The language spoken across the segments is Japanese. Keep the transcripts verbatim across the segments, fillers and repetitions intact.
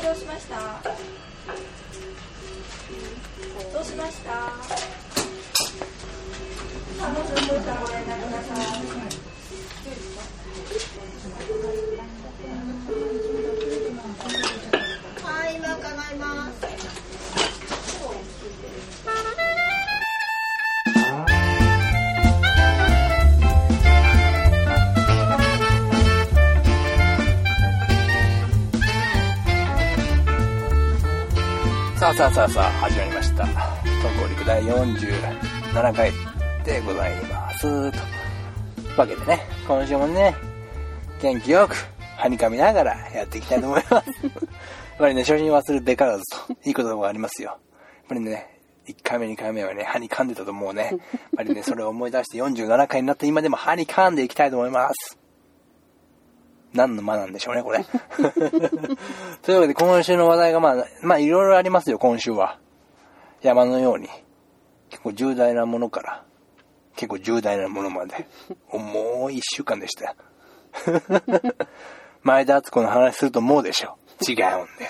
どうしました？どうしました？あ、もうちょっとしたらご連絡ください。はい、今伺います。 さあさあさあさあ始まりました。東京陸第よんじゅうななかいでございますと。わけでね、今週もね、元気よくはにかみながらやっていきたいと思います。やっぱりね、初心忘れべからずといい言葉がありますよ。やっぱりね、いっかいめにかいめはね、歯に噛んでたと思うね。やっぱりね、それを思い出してよんじゅうななかいになった今でも歯に噛んでいきたいと思います。何の間なんでしょうね、これ。というわけで、今週の話題がまあ、まあ、いろいろありますよ、今週は。山のように。結構重大なものから、結構重大なものまで。もう一週間でしたよ。前田敦子の話すると思うでしょ。違うんです。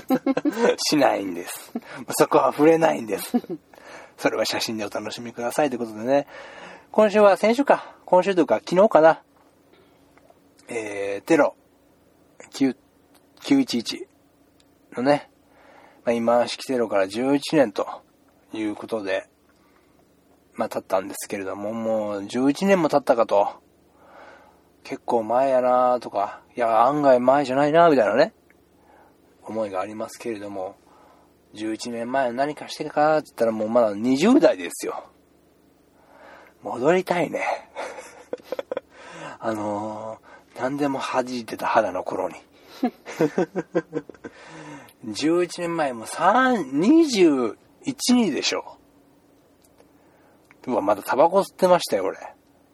しないんです。そこは触れないんです。それは写真でお楽しみくださいということでね。今週は先週か。今週というか昨日かな。えー、テロきゅういちいちのね、まあ、今式テロからじゅういちねんということで、まあ経ったんですけれども、もうじゅういちねんも経ったかと、結構前やなとか、いや案外前じゃないなみたいなね、思いがありますけれども、じゅういちねんまえ何かしてるかって言ったらもうまだにじゅうだいですよ。戻りたいね。あのー、何でも弾いてた肌の頃に。じゅういちねんまえもにじゅういちにでしょ。うわ、まだタバコ吸ってましたよ、俺。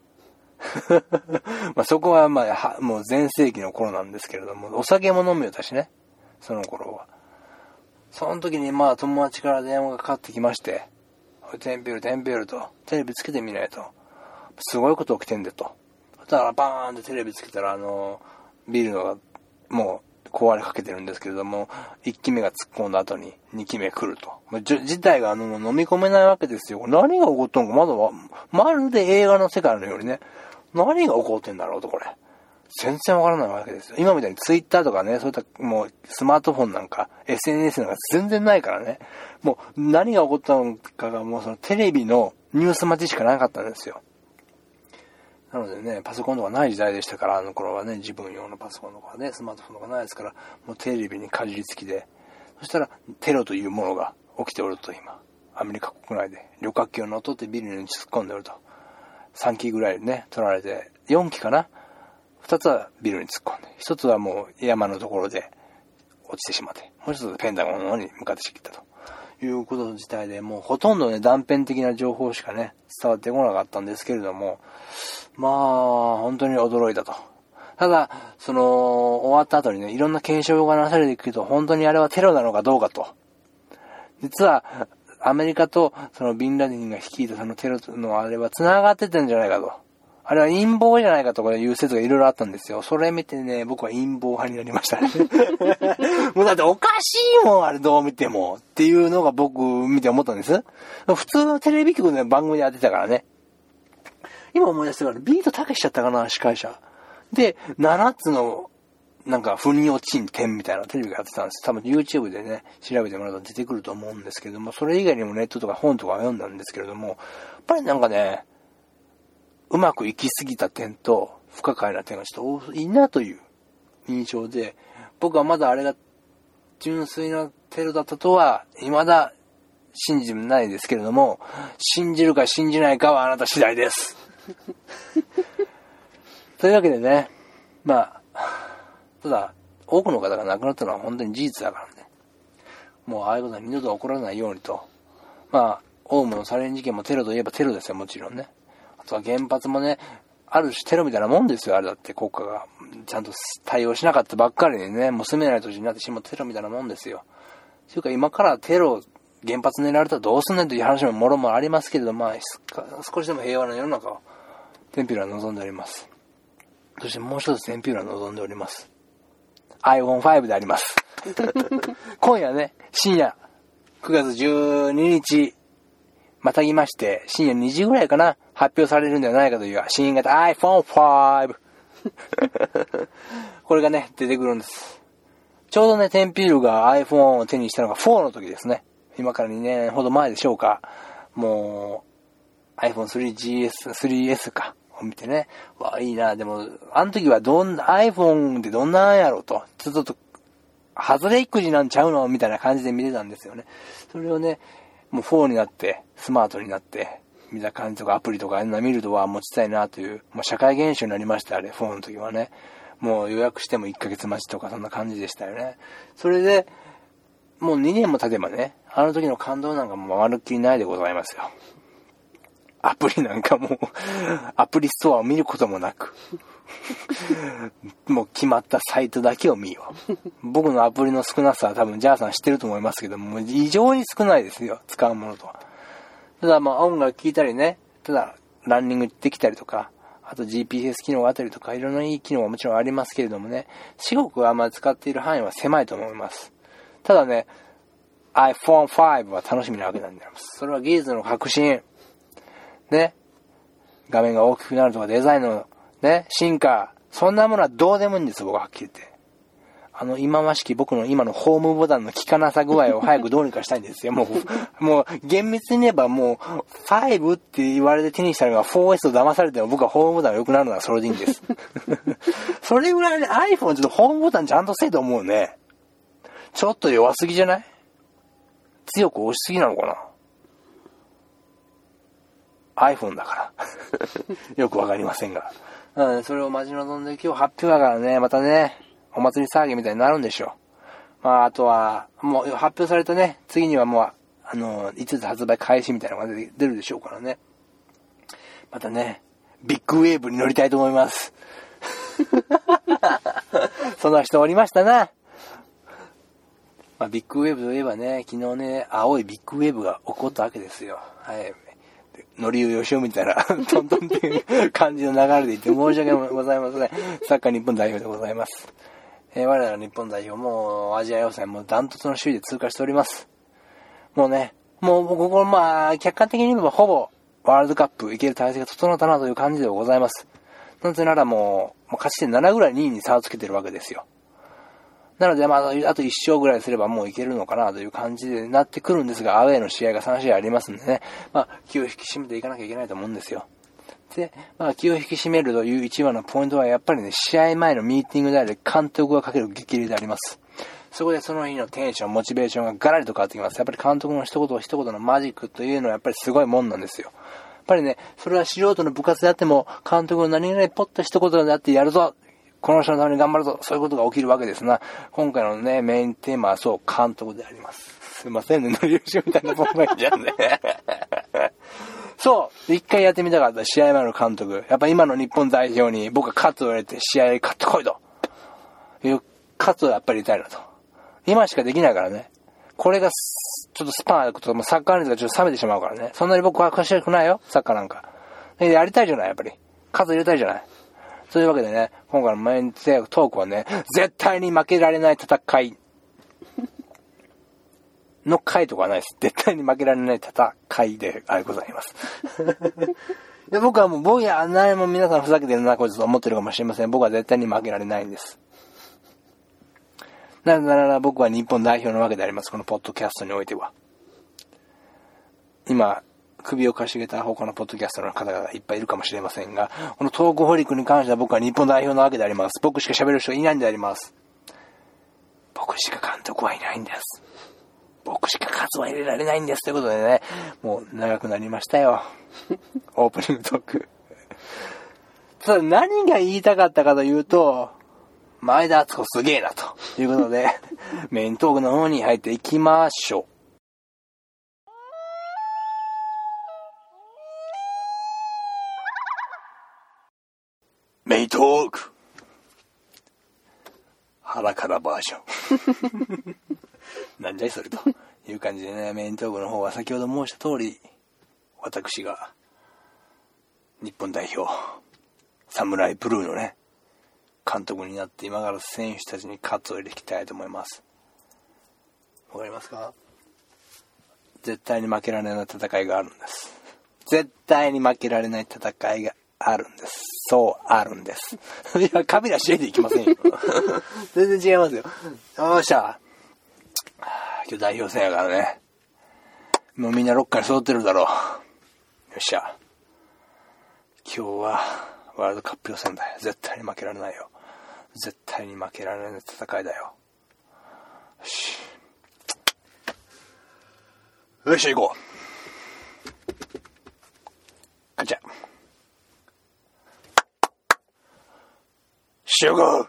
まあそこはまあ、もう全盛期の頃なんですけれども、お酒も飲むよだしね、その頃は。その時にまあ友達から電話がかかってきまして、テンペルテンペルと、テレビつけてみないと。すごいこと起きてんでと。そしたらバーンってテレビつけたら、あのビルのがもう壊れかけてるんですけれども、いっきめが突っ込んだ後ににきめ来ると。事態があの飲み込めないわけですよ。何が起こったのかまだはまるで映画の世界のようにね、何が起こってんだろうと、これ全然わからないわけですよ。今みたいにツイッターとかね、そういったもうスマートフォンなんか エスエヌエス なんか全然ないからね、もう何が起こったのかがもうそのテレビのニュース待ちしかなかったんですよ。なのでね、パソコンとかない時代でしたから、あの頃はね、自分用のパソコンとかね、スマートフォンとかないですから、もうテレビにかじりつきで、そしたらテロというものが起きておると。今アメリカ国内で旅客機を乗っ取ってビルに突っ込んでおると。さんきぐらいね取られて、よんきかな、ふたつはビルに突っ込んで、ひとつはもう山のところで落ちてしまって、もうひとつペンタゴンの方に向かってきたということ自体で、もうほとんどね断片的な情報しかね伝わってこなかったんですけれども、まあ本当に驚いたと。ただその終わった後にね、いろんな検証がなされていくと、本当にあれはテロなのかどうかと。実はアメリカとそのビンラディンが率いたそのテロのあれは繋がってたんじゃないかと。あれは陰謀じゃないかとかいう説がいろいろあったんですよ。それ見てね、僕は陰謀派になりましたね。もうだっておかしいもん、あれどう見てもっていうのが僕見て思ったんです。普通のテレビ局の番組でやってたからね。今思い出したから、ビートたけしちゃったかな、司会者。で、ななつの、なんか、腑に落ちん点みたいなテレビがやってたんです。多分 YouTube でね、調べてもらうと出てくると思うんですけれども、それ以外にもネットとか本とか読んだんですけれども、やっぱりなんかね、うまくいきすぎた点と、不可解な点がちょっと多いなという印象で、僕はまだあれが純粋なテロだったとは、未だ信じないですけれども、信じるか信じないかはあなた次第です。というわけでね、まあただ多くの方が亡くなったのは本当に事実だからね、もうああいうことは二度と起こらないようにと。まあオウムのサリン事件もテロといえばテロですよ、もちろんね。あとは原発もね、ある種テロみたいなもんですよ。あれだって国家がちゃんと対応しなかったばっかりにね、もう住めない土地になってしまうテロみたいなもんですよ。というか今からテロ、原発狙われたらどうすんねんという話ももろもろありますけれども、まあ少しでも平和な世の中をテンピューラは望んでおります。そしてもう一つテンピューラは望んでおります。アイフォンファイブ であります。 今夜ね、深夜、くがつじゅうににち、またぎまして、深夜にじぐらいかな、発表されるんではないかという新型 アイフォンファイブ。これがね、出てくるんです。ちょうどね、テンピールが iPhone を手にしたのがフォーの時ですね。今からにねんほど前でしょうか。もう、アイフォンスリージーエス、スリーエス か。を見てね。わあ、いいな。でも、あの時はどんな、iPhone ってどんなんやろうと。ちょっと、外れ育児なんちゃうのみたいな感じで見てたんですよね。それをね、もうフォーになって、スマートになって、見た感じとかアプリとかあんな見るとは持ちたいなという、もう社会現象になりました、あれ、フォーの時はね。もう予約してもいっかげつ待ちとかそんな感じでしたよね。それで、もうにねんも経てばね、あの時の感動なんかもうまるっきりないでございますよ。アプリなんかもう、アプリストアを見ることもなく、もう決まったサイトだけを見よう。僕のアプリの少なさは多分ジャーさん知ってると思いますけども、異常に少ないですよ、使うものとは。ただまあ音楽聴いたりね、ただランニングできたりとか、あと ジーピーエス 機能があったりとか、いろんないい機能はもちろんありますけれどもね、至極あんまり使っている範囲は狭いと思います。ただね、アイフォンファイブ は楽しみなわけなんであります。それは技術の革新、ね、画面が大きくなるとかデザインのね、進化、そんなものはどうでもいいんです、僕ははっきり言って。あの、今ましき僕の今のホームボタンの効かなさ具合を早くどうにかしたいんですよ。もう、もう、厳密に言えばもう、ファイブって言われて手にしたのが フォーエス と騙されても僕はホームボタンが良くなるのはそれでいいんです。それぐらいね、iPhone ちょっとホームボタンちゃんとせえと思うね。ちょっと弱すぎじゃない？強く押しすぎなのかな？ iPhone だから。よくわかりませんが。うん、それを待ち望んで今日発表だからね、またね、お祭り騒ぎみたいになるんでしょう。まあ、あとは、もう発表されたね、次にはもう、あの、いつつ発売開始みたいなのが出るでしょうからね。またね、ビッグウェーブに乗りたいと思います。そんな人おりましたな。まあ、ビッグウェーブといえばね、昨日ね、青いビッグウェーブが起こったわけですよ。はい。のりうよしおみたいなトントンっていう感じの流れで言って申し訳ございません。サッカー日本代表でございます。えー、我らの日本代表もアジア予選もダントツの首位で通過しております。もうね、もうここまあ客観的に言えばほぼワールドカップ行ける体制が整ったなという感じでございます。なぜならもう、もう勝ち点ななぐらいにいに差をつけてるわけですよ。なので、まあ、あといっ勝ぐらいすればもういけるのかなという感じになってくるんですが、アウェーの試合がさん試合ありますんでね、まあ、気を引き締めていかなきゃいけないと思うんですよ。で、まあ、気を引き締めるという一番のポイントは、やっぱりね、試合前のミーティングであり、監督がかける激励であります。そこでその日のテンション、モチベーションがガラリと変わってきます。やっぱり監督の一言一言のマジックというのはやっぱりすごいもんなんですよ。やっぱりね、それは素人の部活であっても、監督の何々ポッと一言であってやるぞ、この人のために頑張るぞ、そういうことが起きるわけですな。今回のね、メインテーマはそう、監督であります。すいませんね、のりよしみたいな僕がいいじゃんね。そう、一回やってみたかった試合前の監督。やっぱ今の日本代表に僕がカツを入れて試合勝ってこいと。いうカツをやっぱり入れたいなと。今しかできないからね。これが、ちょっとスパンあることとサッカー熱がちょっと冷めてしまうからね。そんなに僕は詳しくないよ、サッカーなんか。でやりたいじゃない、やっぱり。カツ入れたいじゃない。そういうわけでね、今回のメイントークはね、絶対に負けられない戦いの回とかはないです。絶対に負けられない戦いでございます。で僕はもう、僕や、何も皆さんふざけてるな、こいつと思ってるかもしれません。僕は絶対に負けられないんです。なぜなら僕は日本代表のわけであります。このポッドキャストにおいては。今、首をかしげた他のポッドキャストの方がいっぱいいるかもしれませんが、このトークホリックに関しては僕は日本代表なわけであります。僕しか喋る人いないんであります。僕しか監督はいないんです。僕しか数は入れられないんです。ということでね、もう長くなりましたよ。オープニングトーク。ただ何が言いたかったかというと、前田敦子すげえなということで、メイントークの方に入っていきましょう。メイントーク腹からバージョンなんじゃいそれという感じでね、メイントークの方は先ほど申した通り、私が日本代表サムライブルーのね監督になって今から選手たちにカツを入れていきたいと思います。 わかりますか？絶対に負けられない戦いがあるんです。絶対に負けられない戦いがあるんです。そう、あるんです。いや、カビラしていきませんよ。全然違いますよ。よっしゃ。今日代表戦やからね。もうみんなロッカーに揃ってるだろう。よっしゃ。今日はワールドカップ予選だよ。絶対に負けられないよ。絶対に負けられない戦いだよ。よし。よっしゃ、行こう。ガチャ。集合。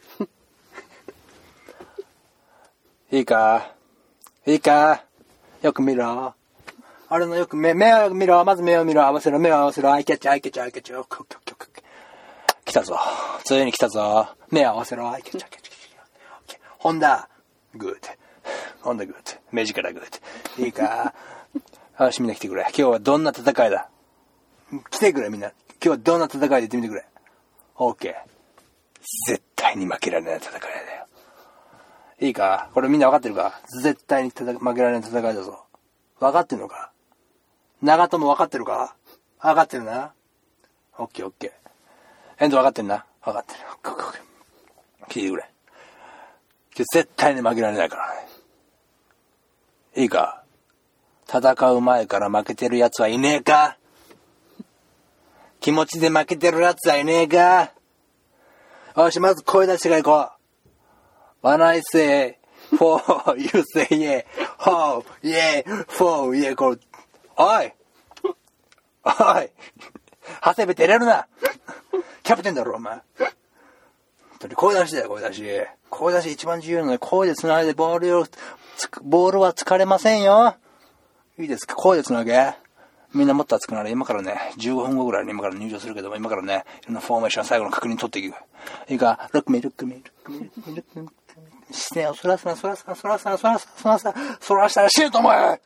いいかいいかよく見ろ。俺のよく目、目を見ろ。まず目を見ろ。合わせろ。目を合わせろ。アイキャッチ、アイキャッチ、アイキャッチ。オッケーオッケーオッケーオッケー。来たぞ。ついに来たぞ。目を合わせろ。アイキャッチ、アイキャッチ。オッケー。ホンダ。グッド。ホンダグッド。目力グッド。いいかよし、みんな来てくれ。今日はどんな戦いだ。来てくれ、みんな。今日はどんな戦いで言ってみてくれ。オッケー。絶対に負けられない戦いだよ。いいかこれみんな分かってるか？絶対に負けられない戦いだぞ。分かってるのか？長友分かってるか？分かってるな。オッケーオッケー。エンド分かってるな。分かってる。オッケーオッケー。聞いてくれ。今日絶対に負けられないからね。いいか戦う前から負けてる奴はいねえか？気持ちで負けてる奴はいねえか？よし、まず声出してから行こう。When I say four, you say yeah. Ho, yeah, four, yeah. これ、おいおい長谷部照れるなキャプテンだろ、お前。声出しだよ、声出し。声出し一番重要なので、声で繋いでボールを、ボールは疲れませんよ。いいですか、声で繋げ。みんなもっと熱くなる。今からね、じゅうごふんごぐらいに今から入場するけども、今からね、いろんなフォーメーション最後の確認取っていく。いいか、ロックメルックメルックメルックメルックメルック視線をそらすな、そらすな、そらすな、そらすな、そらすな、そらしたら死ぬと思え。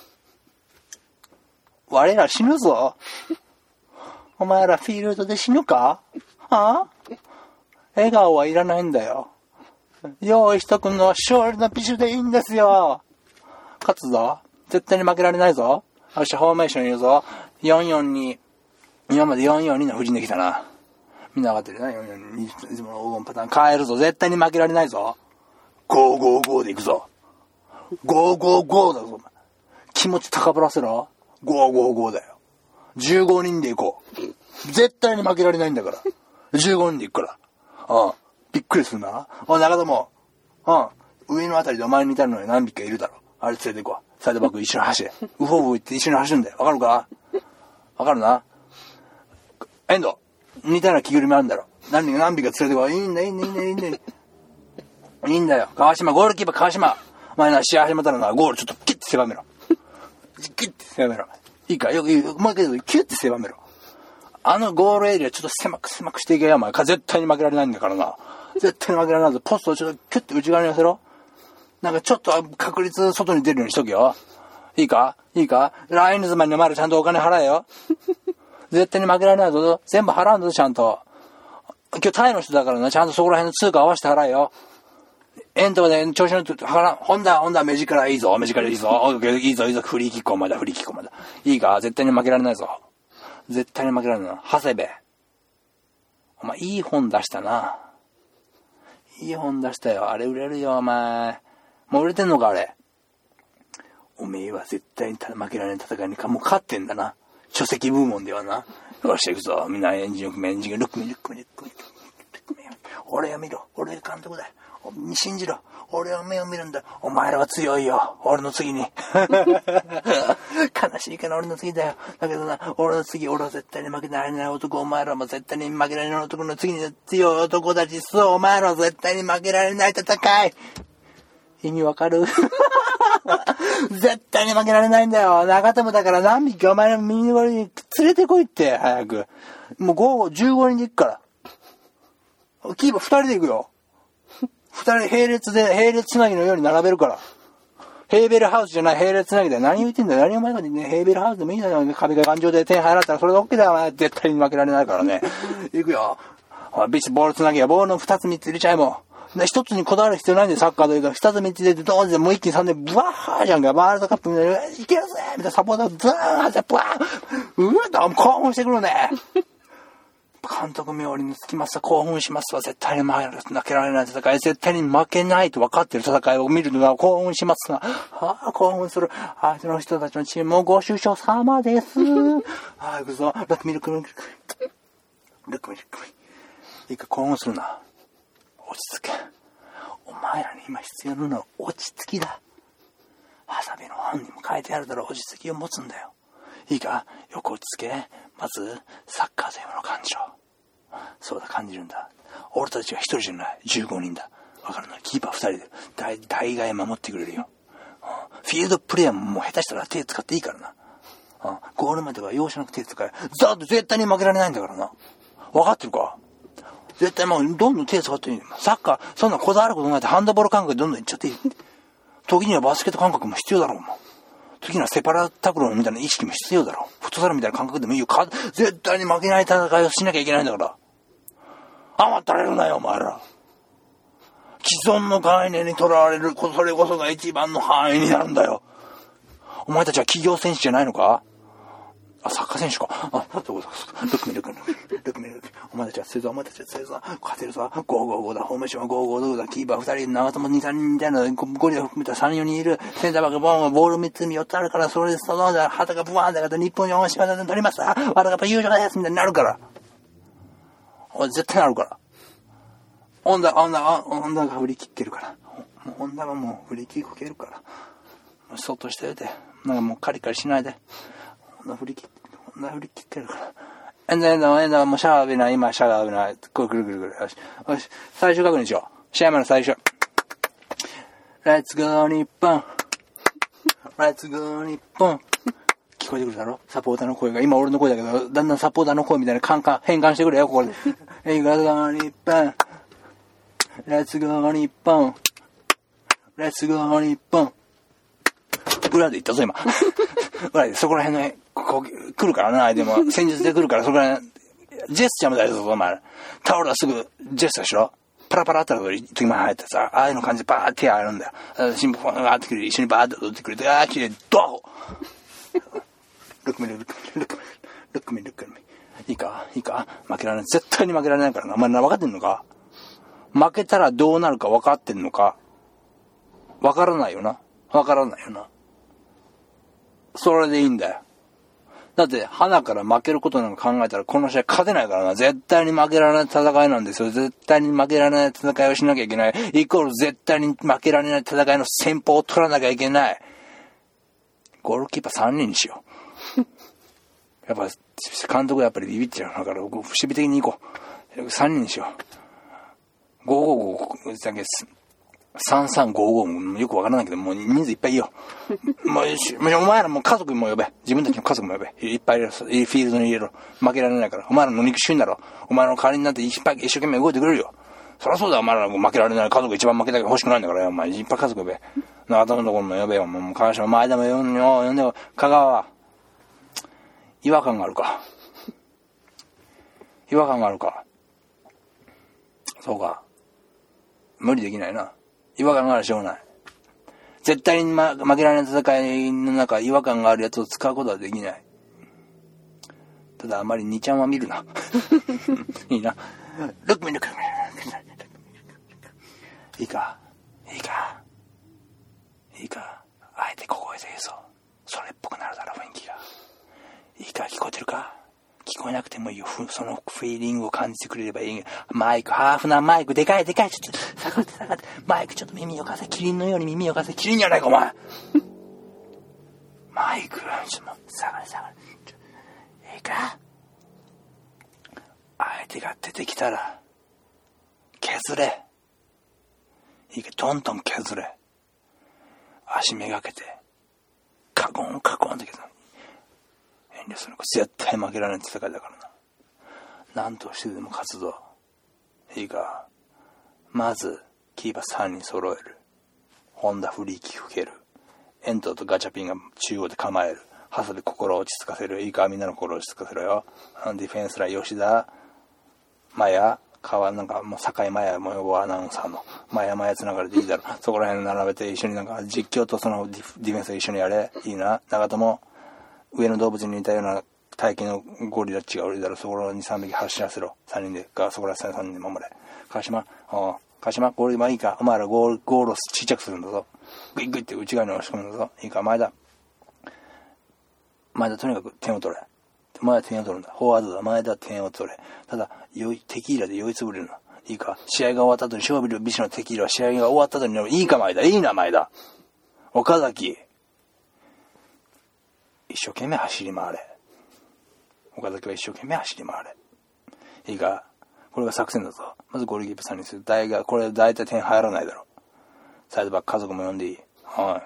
我ら死ぬぞ。お前らフィールドで死ぬか？はぁ？笑顔はいらないんだよ。用意しとくのは勝利のビシュでいいんですよ。勝つぞ。絶対に負けられないぞ。よし、フォーメーションいるぞ。よんよんに、今までよんよんにの布陣できたな。みんな分かってるな。よんよんに、いつもの黄金パターン変えるぞ。絶対に負けられないぞ。ごーごーごーでいくぞ。ごーごーごーだぞ。気持ち高ぶらせろ。ごーごーごーだよ。じゅうごにんでいこう。絶対に負けられないんだから。じゅうごにんでいくから。うん。びっくりするな。おい、中友。うん。上のあたりでお前に似たのに何匹かいるだろ。あれ連れて行こう。サイドバック一緒に走れ。ウホウホ行って一緒に走るんだよ。わかるか？わかるな。エンド。似たような着ぐるみあるんだろ。何人何匹か連れてこう。いいんだ、いいんだ、いいんだ、いいんだ。いいんだよ。川島、ゴールキーパー川島。お前な、試合始まったらな、ゴールちょっとキュッて狭めろ。キュッて狭めろ。いいか、よく言う。もう一回言う。キュッて狭めろ。あのゴールエリアちょっと狭く狭くしていけよ、お前。絶対に負けられないんだからな。絶対に負けられないぞ。ポストをちょっとキュッて内側に寄せろ。なんかちょっと確率外に出るようにしとけよ。いいかいいかラインズマンにお前らちゃんとお金払えよ。絶対に負けられないぞ。全部払うんだぞ、ちゃんと。今日タイの人だからな、ちゃんとそこら辺の通貨合わせて払えよ。エントで調子乗って払う。ホンダ、ホンダ、目力いいぞ、目力いいぞ。いいぞ、いいぞ、フリーキックお前だ、フリーキックお前だ。いいか絶対に負けられないぞ。絶対に負けられないな。長谷部。お前、いい本出したな。いい本出したよ。あれ売れるよ、お前。もう売れてんのか、あれ。おめえは絶対に負けられない戦いにか、もう勝ってんだな。書籍部門ではな。よし、行くぞ。みんなエンジン組め、エンジン組め、ルックメ、ルックメ、ルックメ、ルックメ。俺を見ろ。俺が監督だよ。信じろ。俺は目を見るんだ。お前らは強いよ。俺の次に。悲しいから俺の次だよ。だけどな、俺の次、俺は絶対に負けられない男。お前らも絶対に負けられない男の次に強い男たち。そう、お前らは絶対に負けられない戦い。意味わかる？絶対に負けられないんだよ。長友だから何匹お前の右側に連れてこいって、早く。もうご、じゅうごにんで行くから。キーパーふたりで行くよ。ふたり並列で、並列つなぎのように並べるから。ヘーベルハウスじゃない、並列つなぎだよ。何言ってんだよ。何お前がね、ヘーベルハウスでもいいんだよ。壁が頑丈で点入らったらそれで OK だよ。お前絶対に負けられないからね。行くよ。ビッチボールつなぎや、ボールのふたつみっつ入れちゃえもう。 一つにこだわる必要ないんだよ、サッカーというか。二つ三つ出て、どうしてもう一気に三で、ブワーじゃんか、ワールドカップみたいな、いけるぜみたいなサポーター、ブワーって、ブワーうわっと興奮してくるね。監督冥利につきますわ、興奮しますわ、絶対に負けられない戦い、絶対に負けないと分かっている戦いを見るのが興奮しますが、はあ、興奮する。相手の人たちのチームもご愁傷様です。はい、行くぞ。ラックミルクミルク。ラックミルクミルク。いいか、興奮するな。落ち着け。お前らに今必要なのは落ち着きだ。ハサビの本にも書いてあるだろう、落ち着きを持つんだよ。いいか、よく落ち着け。まず、サッカーというものを感じろ。そうだ、感じるんだ。俺たちは一人じゃない。じゅうごにんだ。わかるな。キーパー二人で大、大概守ってくれるよ。フィールドプレイヤーももう下手したら手使っていいからな。ゴールまでは容赦なく手使え。だって絶対に負けられないんだからな。わかってるか？絶対もうどんどん手使っていい。サッカー、そんなこだわることないってハンドボール感覚でどんどんいっちゃっていい。時にはバスケット感覚も必要だろうもん。時にはセパラタクロみたいな意識も必要だろう。フットサルみたいな感覚でもいいよ。か絶対に負けない戦いをしなきゃいけないんだから。甘ったれるなよ、お前ら。既存の概念にとらわれる、それこそが一番の範囲になるんだよ。お前たちは企業選手じゃないのか？あ、サッカー選手か。あ、そうそうそう。ルクミルク、ルクミルク。お前たちは強いぞ、お前たちは強いぞ。勝てるぞ。ごーごーごーだ。フォーメーションはごーごーごーだ。キーパーふたり、長友に、さんにんみたいな、ゴリラ含めたさん、よにんいる。センターバック、ボーン、ボールみっつ、よっつあるから、それで、その、旗がブワーンだから、日本よんしまで取りました。ワールドカップ優勝ですみたいになるから。俺絶対なるから。女、女、女が振り切ってるから。もう女がもう振り切こけるから。もうそっとしておいて。なんかもうカリカリしないで。女振り切って、女振り切ってるから。えんだえんだえんだ、もうシャワー浴びない、今シャワー浴びない。これくるくるくる。よし。よし。最終確認しよう。試合前の最初。レッツゴー日本。レッツゴー日本。聞こえてくるだろ？サポーターの声が。今俺の声だけど、だんだんサポーターの声みたいなカンカン変換してくれよ、ここで。レッツゴー日本。レッツゴー日本。レッツゴー日本。裏で言ったぞ、今。裏で、そこら辺の、ここ、来るからな、相手も。戦術で来るから、そこら辺、ジェスチャーも大事だぞ、お前ら。タオルはすぐ、ジェスチャーしろ。パラパラって時時前入ってさ、ああいうの感じでバーって手洗うんだよ。新聞があってくれる、一緒にバーって踊ってくれて、ああ、きれい、ドールックミル、ルックミル、ルックミル、ルックミル、ルックミル。いいかいいか負けられない。絶対に負けられないからな。お前分かってんのか？負けたらどうなるか分かってんのか？分からないよな。分からないよな。それでいいんだよ。だって、花から負けることなんか考えたらこの試合勝てないからな。絶対に負けられない戦いなんですよ。絶対に負けられない戦いをしなきゃいけない。イコール絶対に負けられない戦いの戦法を取らなきゃいけない。ゴールキーパーさんにんにしよう。やっぱ、監督はやっぱりビビっちゃうから、不思議的に行こう。さんにんにしよう。ごーごーごーだけです。さんさんごーごーもよくわからないけど、もう人数いっぱいいいよ。もう、お前らもう家族も呼べ。自分たちの家族も呼べ。いっぱい入れろ。フィールドに入れろ。負けられないから。お前らの肉臭んだろ。お前の代わりになっていっぱい一生懸命動いてくれるよ。そりゃそうだ、お前ら負けられない。家族一番負けたけど欲しくないんだからよ。お前、いっぱい家族呼べ。長友のところも呼べよ。もう、川島、前田も呼んでよ。呼んでよ。香川は。違和感があるか。違和感があるか。そうか。無理できないな。違和感があるしょうがない。絶対に、ま、負けられない戦いの中、違和感があるやつを使うことはできない。ただあまりにちゃんは見るな。いいな。ルックミルク。いいかいいかいいかあえてここへ言うぞ。それっぽくなるだろ、雰囲気が。いいか聞こえてるか？聞こえなくてもいいよ。そのフィーリングを感じてくれればいい。マイク、ハーフなマイク、でかいでかい。ちょっと、下がって下がって。マイクちょっと耳を貸せ。キリンのように耳を貸せ。キリンじゃないか、お前。マイク、ちょっと、下がれ下がれ。いいか？相手が出てきたら、削れ。いいか、トントン削れ。足めがけて、カコンカコンって削る。遠慮するのか。絶対負けられない戦いだからな。何としてでも勝つぞ。いいか。まずキーパーさんにん揃える。本田フリーキック蹴る。遠藤とガチャピンが中央で構える。ハサで心を落ち着かせる。いいか、みんなの心を落ち着かせろよ。ディフェンスライン吉田、マヤ、 川なんかもう境マヤ模様アナウンサーのマヤマヤつながりでいいだろう。そこら辺並べて一緒になんか実況とそのディフ、ディフェンスを一緒にやれ。いいな。長友、上野動物に似たような体型のゴリラ違うだろう。そこにさんびき走らせろ。さんにんで、そこらさんにんで守れ。川島、おう川島、ゴール、まあいいか。お前らゴール、ゴールをちっちゃくするんだぞ。グイグイって内側に押し込むんだぞ。いいか、前田。前田とにかく点を取れ。前田点を取るんだ。フォワードだ。前田点を取れ。ただ、酔い、テキーラで酔いつぶれるな。いいか。試合が終わった後に、勝負ビシのテキーラは試合が終わった後に、いいか前田。いいな前田。岡崎。一生懸命走り回れ。岡崎は一生懸命走り回れ。いいか。これが作戦だぞ。まずゴールキーパーさんにする。大が、これ大体点入らないだろう。サイドバック家族も呼んでいい。はい。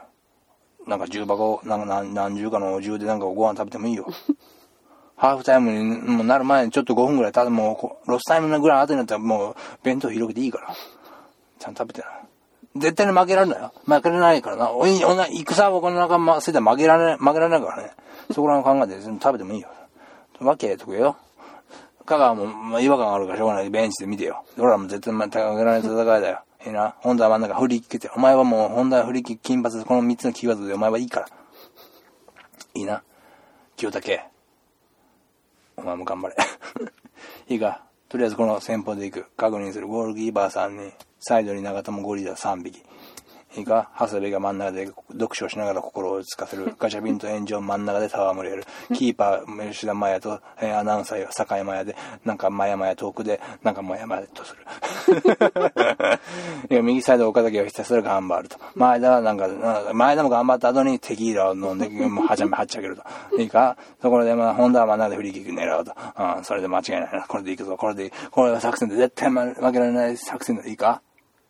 なんか重箱、なんか何、何重かのお重でなんかご飯食べてもいいよ。ハーフタイムになる前にちょっとごふんぐらい、ただもう、ロスタイムぐらい後になったらもう、弁当広げていいから。ちゃんと食べてな。絶対に負けられないよ。負けられないからな。おい、おな、戦はこの中ま、せいで負けられない、負けられないからね。そこらの考えで全部食べてもいいよ。わけとくよ。香川も、まあ、違和感あるからしょうがない。ベンチで見てよ。俺らも絶対負けられない戦いだよ。いいな。本田は真ん中振り切って。お前はもう、本田は振り切金髪、この三つのキーワードでお前はいいから。いいな。清武。お前も頑張れ。いいか。とりあえずこの先方で行く。確認する。ゴールキーパーさんに、サイドに長友ゴリラさんびき。いいか。長谷部が真ん中で読書しながら心を落ち着かせる。ガチャビンと炎上真ん中で戯れる。キーパー、吉田麻也と、えー、アナウンサーよ、坂井麻也で、なんか麻也麻也遠くで、なんか麻也麻也とする。いや右サイド岡崎はひたすら頑張ると。前田はなんか、前田も頑張った後にテキーラを飲んで、もうはちゃめはっちゃげると。いいか。そこでまあ、本田は真ん中でフリーキック狙うと。うん、それで間違いないな。これでいくぞ。これでいい。これは作戦で絶対負けられない作戦でいいか。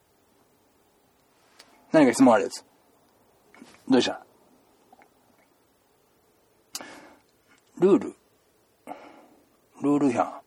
何か質問あるやつ。どうした？ルールルール違反。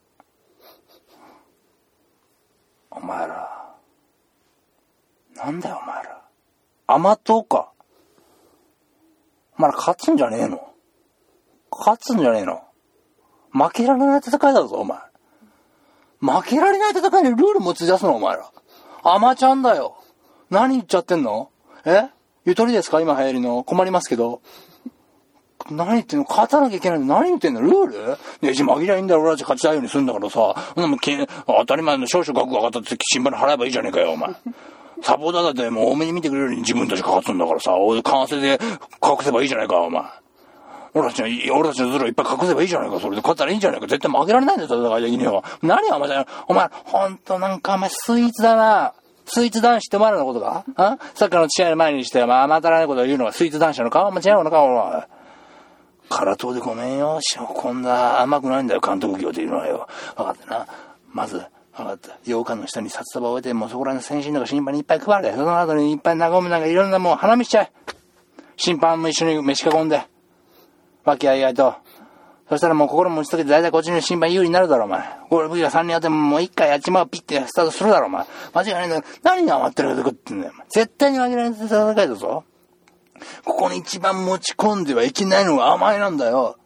お前らなんだよお前ら甘党か。お前ら勝つんじゃねえの。勝つんじゃねえの。負けられない戦いだぞお前。負けられない戦いにルール持ち出すのお前ら。甘ちゃんだよ。何言っちゃってんの？え？ゆとりですか？今流行りの。困りますけど。何言ってんの？勝たなきゃいけないの。何言ってんの？ルール？ねえ、紛れりゃいいんだろ。俺たち勝ちたいようにするんだからさ。もう当たり前の少々額が上がったって心配に払えばいいじゃねえかよ、お前。サポーターだってもう多めに見てくれるように自分たちが勝つんだからさ。俺完成で隠せばいいじゃないか、お前。俺たちの、俺たちのズルをいっぱい隠せばいいじゃないか。それで勝ったらいいじゃないか。絶対負けられないんだよ、戦い的には。何お前、お前、ほんとなんかお前スイーツだな。スイーツ男子ってお前らのことか？あ？さっきの試合の前にして、まあ、甘ったらないことを言うのがスイーツ男子なのか？お前違うのか？お前。空党でごめんよ。こんな甘くないんだよ、監督業っていうのはよ。分かったな。まず、分かった。洋館の下に札束を置いて、もうそこらの先進とか審判にいっぱい配れ。その後にいっぱい和むなんかいろんなもう花見しちゃえ。審判も一緒に飯囲んで。和気あいあいと。そしたらもう心も打ち解けて大体こっちの審判有利になるだろお前。ゴール V がさんにんあってももういっかいやっちまうピッてスタートするだろお前。間違いないんだから何が余ってるかとかってんだよお前。絶対に負けられない戦いだぞ。ここに一番持ち込んではいけないのが甘いなんだよ。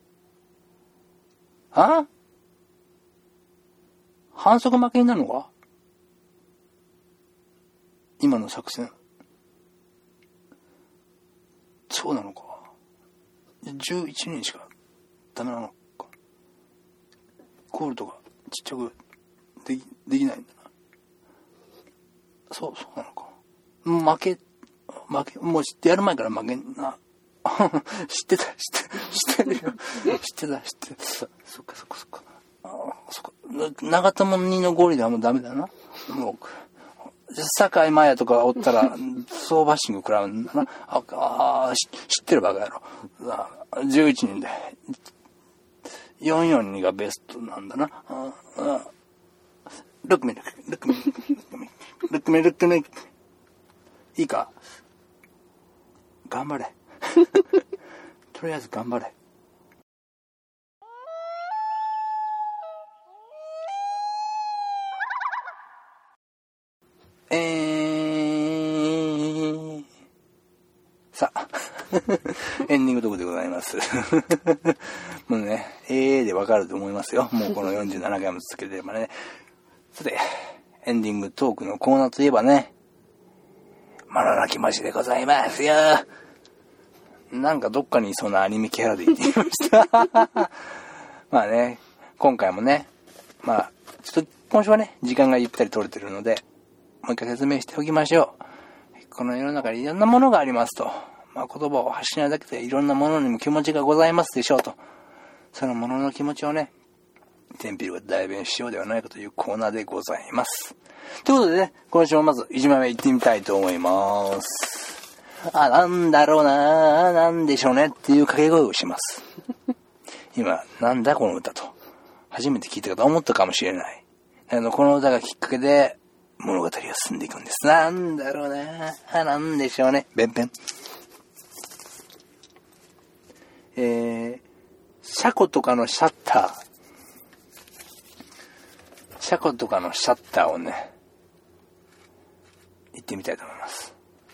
は？反則負けになるのか？今の作戦。そうなのか。じゅういちにんしかダメなのか。ゴールとかちっちゃくでき、できないんだな。そう、そうなのか。負け、負け、もう知ってやる前から負けんな。知ってた、知って、知ってるよ。知ってた、知ってた。そっかそっかそっか。あそっか。長友にのゴールではもうダメだな。もう。坂井麻也とかおったら、総バッシング食らうんだな。ああ、知ってるバカ野郎。じゅういちにんで。よんよんにがベストなんだな。ああルックミルク、ルックミルク、ルックミルク、ルックミルク。いいか？頑張れ。とりあえず頑張れ。えー、さあ、エンディングトークでございます。もうね、えーでわかると思いますよ。もうこのよんじゅうななかいも続けてればね。 さて、エンディングトークのコーナーといえばね、まらなきましでございますよ。なんかどっかにいそうなアニメキャラで言ってみました。まあね、今回もね、まあ、ちょっと今週はね、時間がゆったり取れてるので、もう一回説明しておきましょう。この世の中にいろんなものがありますと。まあ言葉を発しないだけでいろんなものにも気持ちがございますでしょうと。そのものの気持ちをね、テンピルが代弁しようではないかというコーナーでございます。ということでね、今週もまずいちまいめ行ってみたいと思います。あ、なんだろうな、なんでしょうねっていう掛け声をします。今、なんだこの歌と。初めて聞いた方思ったかもしれない。あの、この歌がきっかけで物語が進んでいくんです。なんだろうな、あ、なんでしょうね。べんべん。えー、車庫とかのシャッター。車庫とかのシャッターをね、行ってみたいと思います。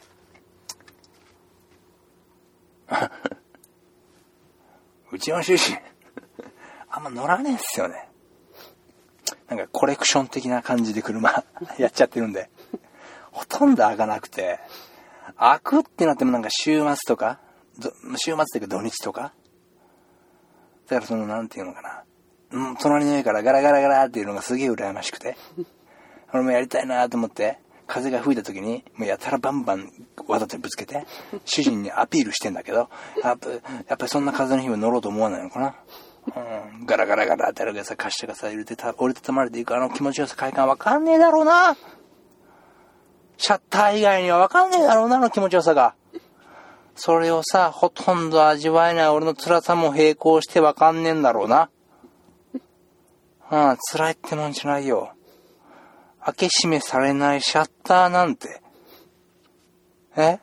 うちの主人、あんま乗らねえっすよね。なんかコレクション的な感じで車やっちゃってるんで、ほとんど開かなくて、開くってなってもなんか週末とか、週末というか土日とか、だからそのなんていうのかな、うん、隣の家からガラガラガラっていうのがすげえ羨ましくて、俺もやりたいなと思って、風が吹いた時にもうやたらバンバンわざとぶつけて主人にアピールしてんだけど、やっぱやっぱりそんな風の日は乗ろうと思わないのかな。うん、ガラガラガラってあるけどさ、貸してがさ、入れてた、折りたたまれていくあの気持ちよさ、快感わかんねえだろうな。シャッター以外にはわかんねえだろうな、あの気持ちよさが。それをさ、ほとんど味わえない俺の辛さも並行してわかんねえんだろうな。うん、辛いってもんじゃないよ。開け閉めされないシャッターなんて。え？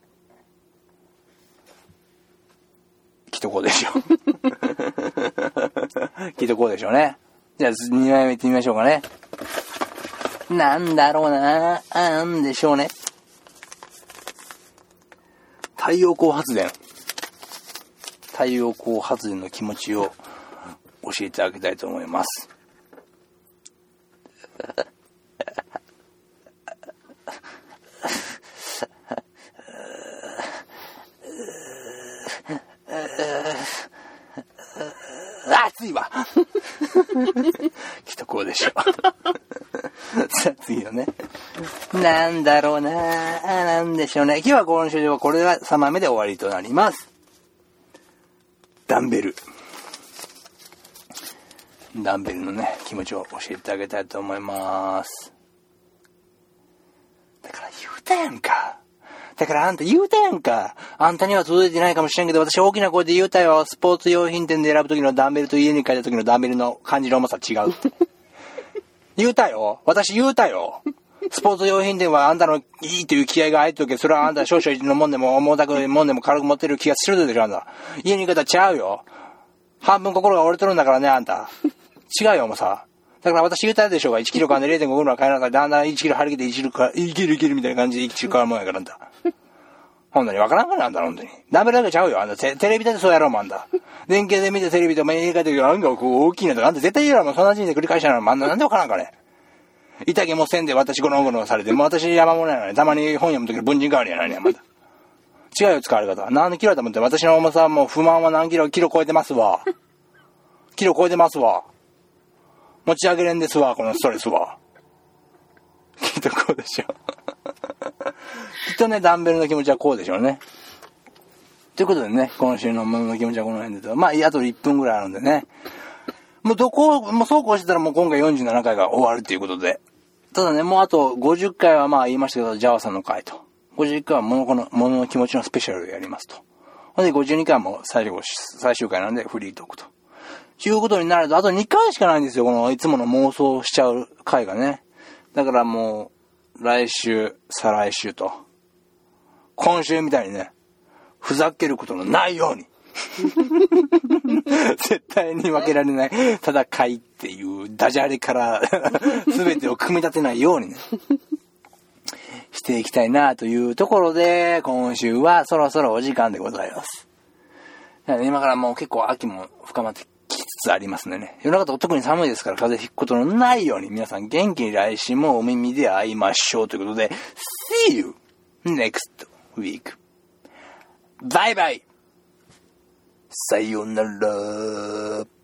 きっとこうでしょ。きっとこうでしょうね。じゃあにまいめいってみましょうかね。なんだろうな、なんでしょうね。太陽光発電。太陽光発電の気持ちを教えてあげたいと思います。暑いわ。きっとこうでしょう。さあ次のね。なんだろうな、なんでしょうね。今日は今週ではこれがさんまいめで終わりとなります。ダンベル。ダンベルのね、気持ちを教えてあげたいと思います。だから言うたやんか。だからあんた言うたやんか。あんたには届いてないかもしれんけど、私大きな声で言うたよ。スポーツ用品店で選ぶ時のダンベルと家に帰った時のダンベルの感じの重さ違うって。言うたよ。私言うたよ。スポーツ用品店はあんたのいいという気合が入ってるけど、それはあんた少々のもんでも重たくもんでも軽く持ってる気がするでしょ、あんた。家に帰ったらちゃうよ。半分心が折れてるんだからね、あんた。違うよ、もうさ。だから私言うたでしょうが、いちキロ間で れいてんごグラム買えなかったら、だんだんいちキロ張り切っていちキロから、いけるいけるみたいな感じでいちキロ変わるもんやから、あんた。ほんとにわからんかな、あんた、ほんとに。ダメだけちゃうよ、あんた。テレビだってそうやろうもん、あんた。電気で見てテレビでも映画で、なんかこう大きいのとか、あんた絶対言うやろ、もうそんな人生繰り返しなの、あんたなんでわからんかね。いたけもせんで私ゴロゴロされて、もう私山物やのに、たまに本読むときの文人代わりやないねん、また。違うよ、使われ方。何キロだと思って、私の重さはもう不満は何キロ、キロ超えてますわ。キロ超えてますわ。持ち上げれんですわ、このストレスは。きっとこうでしょう。きっとね、ダンベルの気持ちはこうでしょうね。ということでね、今週のものの気持ちはこの辺でと。まあ、あといっぷんぐらいあるんでね。もうどこ、もうそうこうしてたらもう今回よんじゅうななかいが終わるということで。ただね、もうあとごじゅっかいはまあ言いましたけど、ジャワさんの回と。ごじゅっかいはものこの、ものの気持ちのスペシャルをやりますと。ほんでごじゅうにかいはもう最後、最終回なんでフリートークと。いうことになると、あとにかいしかないんですよ、このいつもの妄想しちゃう回がね。だからもう、来週、再来週と、今週みたいにね、ふざけることのないように、絶対に負けられない戦いっていうダジャレから全てを組み立てないようにね、していきたいなというところで、今週はそろそろお時間でございます。今からもう結構秋も深まってきつつありますんでね。夜中と特に寒いですから風邪ひくことのないように皆さん元気に来週もお耳で会いましょうということで See you next week. バイバイ。さよなら。